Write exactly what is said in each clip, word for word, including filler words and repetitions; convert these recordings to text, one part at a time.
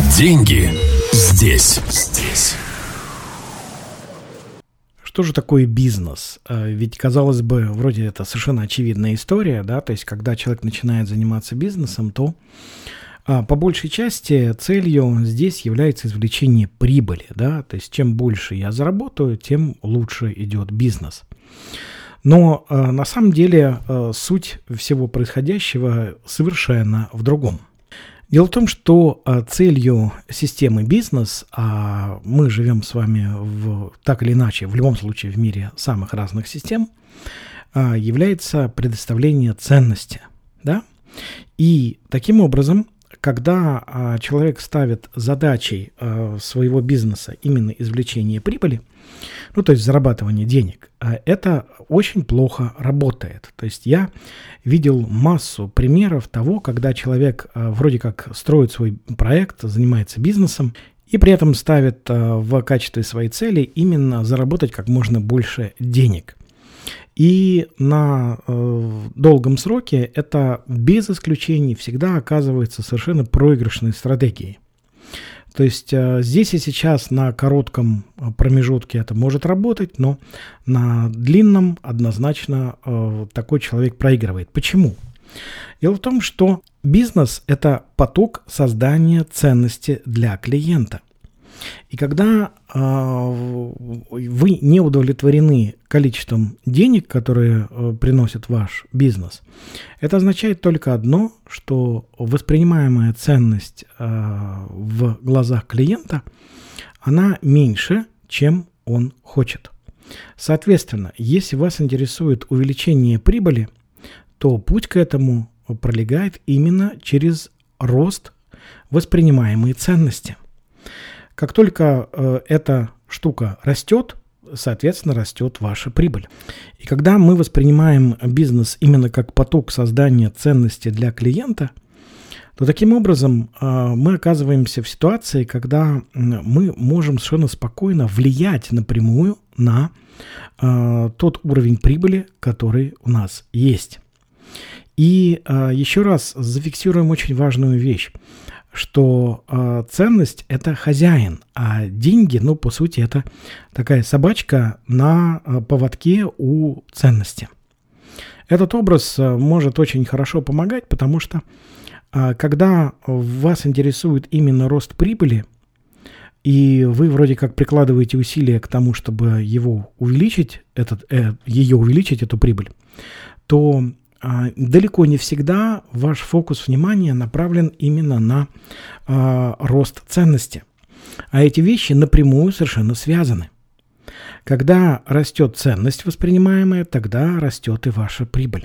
Деньги здесь. Здесь. Что же такое бизнес? Ведь, казалось бы, вроде это совершенно очевидная история, да, то есть, когда человек начинает заниматься бизнесом, то а, по большей части целью здесь является извлечение прибыли, да, то есть, чем больше я заработаю, тем лучше идет бизнес. Но а, на самом деле а, суть всего происходящего совершенно в другом. Дело в том, что а, целью системы бизнес, а мы живем с вами в, так или иначе, в любом случае в мире самых разных систем, а, является предоставление ценности. Да? И таким образом, когда а, человек ставит задачей а, своего бизнеса именно извлечение прибыли, ну, то есть зарабатывание денег, это очень плохо работает. То есть я видел массу примеров того, когда человек вроде как строит свой проект, занимается бизнесом и при этом ставит в качестве своей цели именно заработать как можно больше денег. И на э, долгом сроке это без исключений всегда оказывается совершенно проигрышной стратегией. То есть э, здесь и сейчас на коротком промежутке это может работать, но на длинном однозначно э, такой человек проигрывает. Почему? Дело в том, что бизнес – это поток создания ценности для клиента. И когда э, вы не удовлетворены количеством денег, которые э, приносит ваш бизнес, это означает только одно, что воспринимаемая ценность э, в глазах клиента, она меньше, чем он хочет. Соответственно, если вас интересует увеличение прибыли, то путь к этому пролегает именно через рост воспринимаемой ценности. Как только э, эта штука растет, соответственно, растет ваша прибыль. И когда мы воспринимаем бизнес именно как поток создания ценности для клиента, то таким образом э, мы оказываемся в ситуации, когда мы можем совершенно спокойно влиять напрямую на э, тот уровень прибыли, который у нас есть. И э, еще раз зафиксируем очень важную вещь, что э, ценность – это хозяин, а деньги, ну, по сути, это такая собачка на э, поводке у ценности. Этот образ э, может очень хорошо помогать, потому что э, когда вас интересует именно рост прибыли, и вы вроде как прикладываете усилия к тому, чтобы его увеличить, этот, э, ее увеличить, эту прибыль, то далеко не всегда ваш фокус внимания направлен именно на э, рост ценности. А эти вещи напрямую совершенно связаны. Когда растет ценность воспринимаемая, тогда растет и ваша прибыль.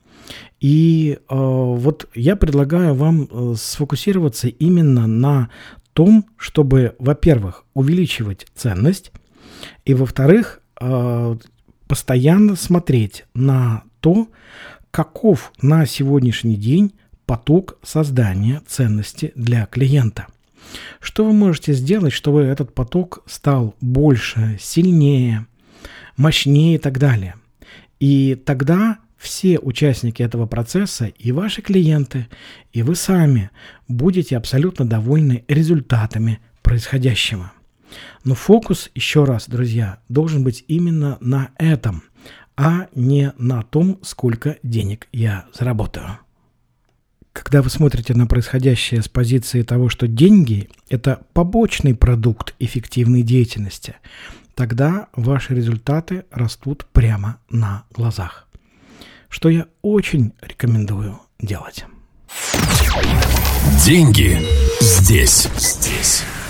И э, вот я предлагаю вам э, сфокусироваться именно на том, чтобы, во-первых, увеличивать ценность, и, во-вторых, э, постоянно смотреть на то, каков на сегодняшний день поток создания ценности для клиента. Что вы можете сделать, чтобы этот поток стал больше, сильнее, мощнее и так далее. И тогда все участники этого процесса, и ваши клиенты, и вы сами будете абсолютно довольны результатами происходящего. Но фокус, еще раз, друзья, должен быть именно на этом, а не на том, сколько денег я заработаю. Когда вы смотрите на происходящее с позиции того, что деньги – это побочный продукт эффективной деятельности, тогда ваши результаты растут прямо на глазах. Что я очень рекомендую делать. Деньги здесь. Здесь.